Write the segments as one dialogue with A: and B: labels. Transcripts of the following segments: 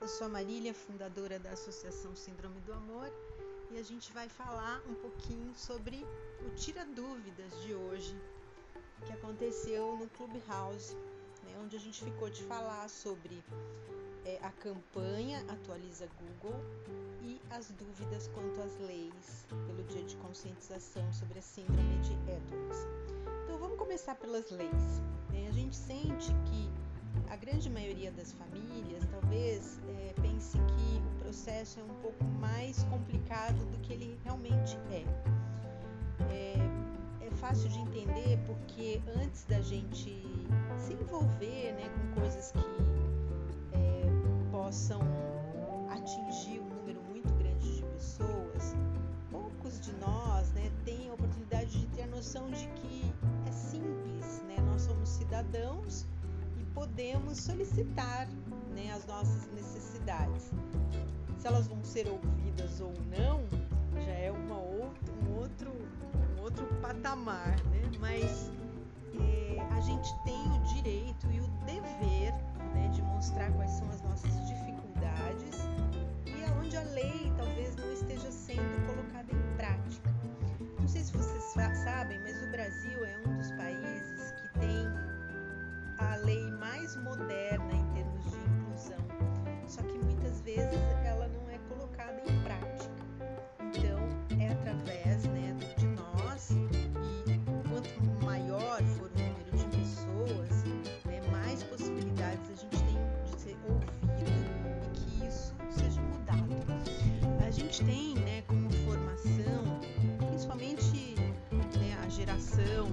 A: Eu sou a Marília, fundadora da Associação Síndrome do Amor, e a gente vai falar um pouquinho sobre o Tira Dúvidas de hoje, que aconteceu no Clubhouse, onde a gente ficou de falar sobre a campanha Atualiza Google e as dúvidas quanto às leis pelo Dia de Conscientização sobre a Síndrome de Edwards. Então vamos começar pelas leis. A gente sente que a grande maioria das famílias talvez pense que o processo é um pouco mais complicado do que ele realmente é. É fácil de entender porque antes da gente se envolver com coisas que possam atingir um número muito grande de pessoas, poucos de nós têm a oportunidade de ter a noção de que é simples, nós somos cidadãos e podemos solicitar as nossas necessidades. Se elas vão ser ouvidas ou não, já é um outro patamar, mas a gente tem o direito e o dever de mostrar quais são as nossas dificuldades e aonde a lei talvez não esteja sendo colocada em prática. Não sei se vocês sabem, mas o Brasil é um dos países que tem a lei mais moderna em termos de inclusão, só que muitas vezes ela não é colocada em prática. Então, é através de nós, e quanto maior for o número de pessoas, mais possibilidades a gente tem de ser ouvido e que isso seja mudado. A gente tem como formação, principalmente a geração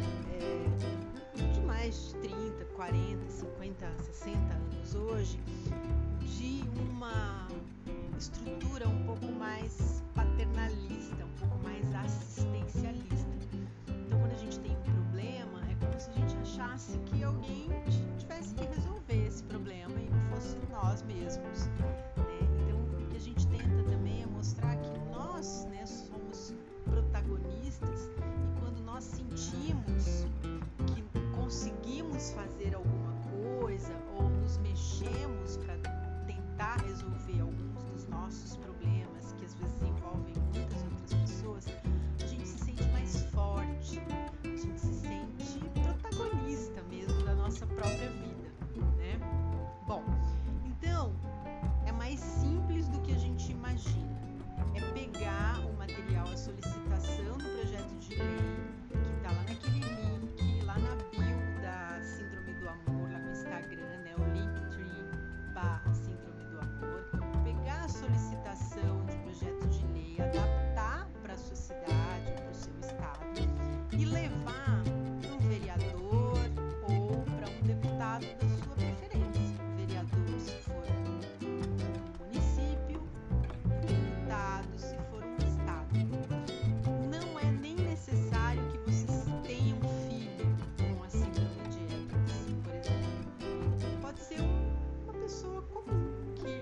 A: de mais de 30, 40, 50, 60 anos hoje, de uma estrutura um pouco mais paternalista, um pouco mais assistencialista. Então, quando a gente tem um problema, é como se a gente achasse que alguém tivesse que resolver esse problema e não fosse nós mesmos. Então, o que a gente tenta também é mostrar que nós somos protagonistas, e quando nós sentimos que conseguimos fazer alguma coisa ou nos mexemos para tentar resolver alguns dos nossos problemas, que às vezes envolvem muitas outras pessoas, a gente se sente mais forte, a gente se sente protagonista mesmo da nossa própria vida, Bom, então é mais simples do que a gente imagina. É pegar o material, a solicitação do projeto de lei que está lá naquele link, lá na bio da Síndrome do Amor, lá no Instagram, o Linktree/Síndrome do Amor, pegar a solicitação de projeto de lei, adaptar para a sua cidade, para o seu estado e levar para um vereador ou para um deputado da sua preferência. Vereador se for um município, deputado se for um estado. Não é nem necessário que vocês tenham filho com a síndrome de Edwards, por exemplo. Pode ser uma pessoa comum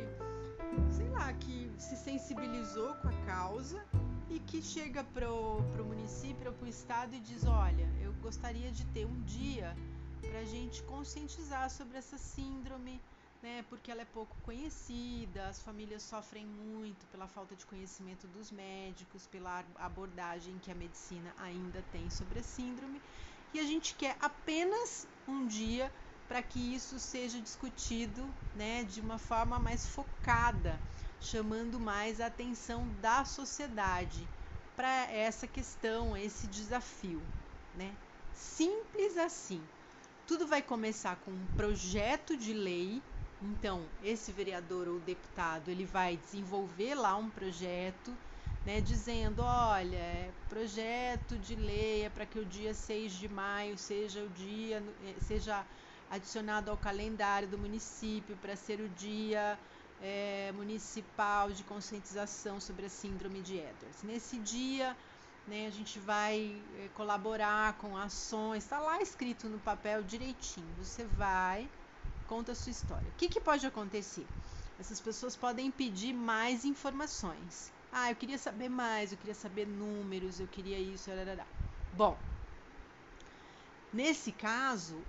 A: que se sensibilizou com a causa e que chega pro município ou pro estado e diz: olha, eu gostaria de ter um dia pra gente conscientizar sobre essa síndrome, porque ela é pouco conhecida, as famílias sofrem muito pela falta de conhecimento dos médicos, pela abordagem que a medicina ainda tem sobre a síndrome, e a gente quer apenas um dia para que isso seja discutido de uma forma mais focada, chamando mais a atenção da sociedade para essa questão, esse desafio. Simples assim. Tudo vai começar com um projeto de lei. Então, esse vereador ou deputado, ele vai desenvolver lá um projeto, dizendo: olha, projeto de lei é para que o dia 6 de maio seja adicionado ao calendário do município para ser o dia municipal de conscientização sobre a síndrome de Edwards. Nesse dia, a gente vai colaborar com ações, está lá escrito no papel direitinho. Você vai, conta a sua história. O que pode acontecer? Essas pessoas podem pedir mais informações. Eu queria saber mais, eu queria saber números, eu queria isso. Bom, nesse caso,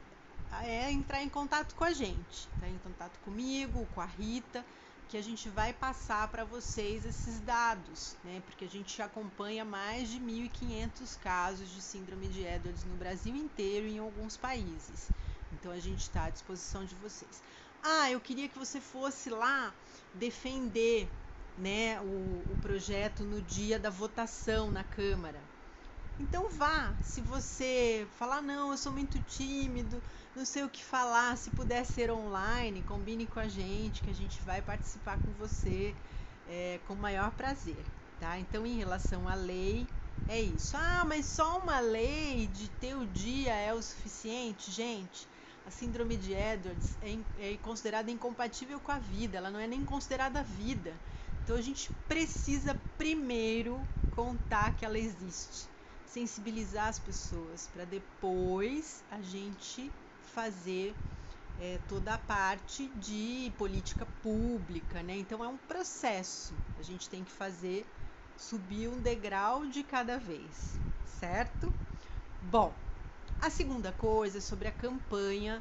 A: é entrar em contato com a gente, entrar em contato comigo, com a Rita, que a gente vai passar para vocês esses dados, né? Porque a gente acompanha mais de 1.500 casos de síndrome de Edwards no Brasil inteiro e em alguns países. Então a gente está à disposição de vocês. Eu queria que você fosse lá defender, né, o projeto no dia da votação na Câmara. Então vá, se você falar, não, eu sou muito tímido, não sei o que falar, se puder ser online, combine com a gente, que a gente vai participar com você com o maior prazer, tá? Então, em relação à lei, é isso. Mas só uma lei de ter o dia é o suficiente? Gente, a síndrome de Edwards é considerada incompatível com a vida, ela não é nem considerada vida. Então, a gente precisa primeiro contar que ela existe, sensibilizar as pessoas, para depois a gente fazer toda a parte de política pública, né? Então é um processo, a gente tem que fazer, subir um degrau de cada vez, certo? Bom, a segunda coisa é sobre a campanha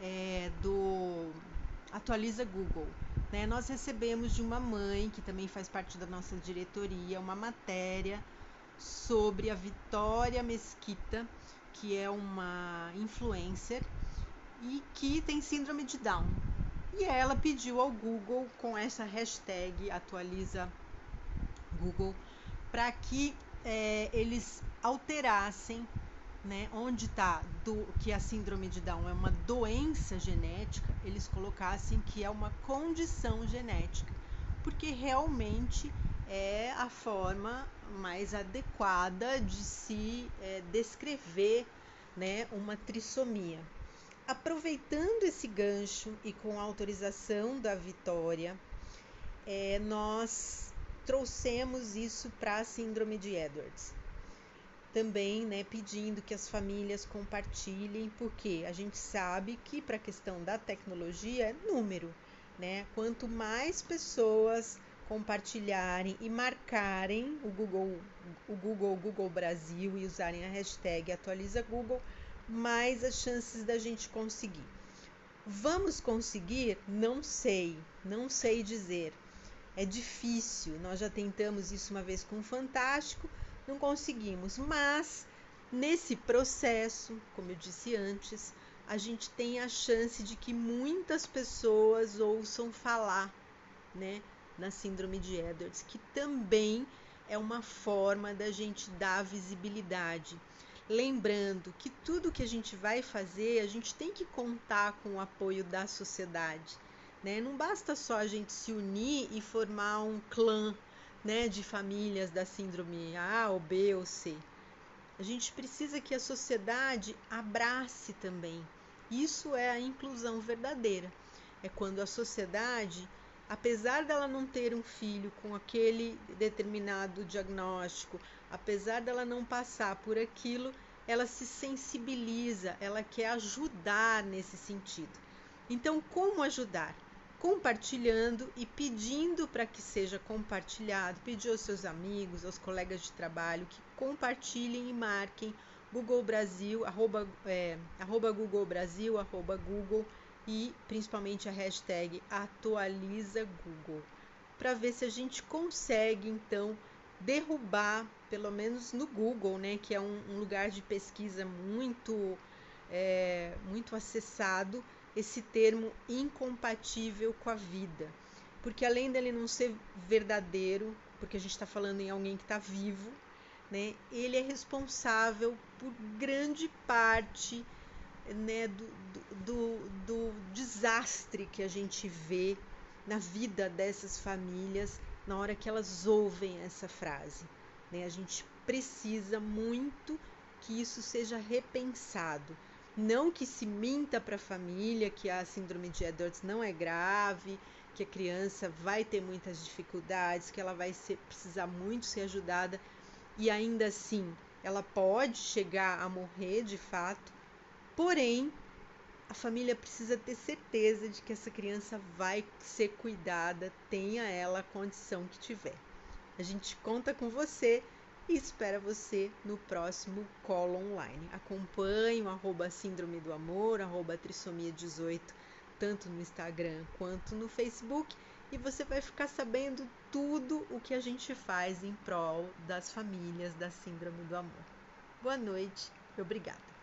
A: do Atualiza Google. Né? Nós recebemos de uma mãe, que também faz parte da nossa diretoria, uma matéria sobre a Vitória Mesquita, que é uma influencer e que tem síndrome de Down. E ela pediu ao Google, com essa hashtag Atualiza Google, para que eles alterassem, né, onde está que a síndrome de Down é uma doença genética, eles colocassem que é uma condição genética, porque realmente é a forma mais adequada de se descrever, né, uma trissomia. Aproveitando esse gancho e com a autorização da Vitória, nós trouxemos isso para a síndrome de Edwards. Também, né, pedindo que as famílias compartilhem, porque a gente sabe que para a questão da tecnologia é número, né? Quanto mais pessoas compartilharem e marcarem o Google Brasil e usarem a hashtag Atualiza Google, mais as chances da gente conseguir. Vamos conseguir? Não sei dizer. É difícil, nós já tentamos isso uma vez com o Fantástico, não conseguimos, mas nesse processo, como eu disse antes, a gente tem a chance de que muitas pessoas ouçam falar, né, na síndrome de Edwards, que também é uma forma da gente dar visibilidade. Lembrando que tudo que a gente vai fazer, a gente tem que contar com o apoio da sociedade, né? Não basta só a gente se unir e formar um clã, né, de famílias da síndrome A ou B ou C. A gente precisa que a sociedade abrace também. Isso é a inclusão verdadeira. É quando a sociedade, apesar dela não ter um filho com aquele determinado diagnóstico, apesar dela não passar por aquilo, ela se sensibiliza, ela quer ajudar nesse sentido. Então, como ajudar? Compartilhando e pedindo para que seja compartilhado, pedir aos seus amigos, aos colegas de trabalho que compartilhem e marquem Google Brasil, arroba Google Brasil, arroba Google e principalmente a hashtag Atualiza Google, para ver se a gente consegue então derrubar, pelo menos no Google, né, que é um lugar de pesquisa muito acessado, esse termo incompatível com a vida, porque além dele não ser verdadeiro, porque a gente está falando em alguém que está vivo, né, ele é responsável por grande parte, né, do desastre que a gente vê na vida dessas famílias na hora que elas ouvem essa frase, né? A gente precisa muito que isso seja repensado. Não que se minta para a família que a síndrome de Edwards não é grave, que a criança vai ter muitas dificuldades, que ela vai precisar muito ser ajudada e ainda assim ela pode chegar a morrer de fato. Porém, a família precisa ter certeza de que essa criança vai ser cuidada, tenha ela a condição que tiver. A gente conta com você e espero você no próximo Colo Online. Acompanhe o @síndrome do amor, @trissomia18, tanto no Instagram quanto no Facebook, e você vai ficar sabendo tudo o que a gente faz em prol das famílias da Síndrome do Amor. Boa noite e obrigada.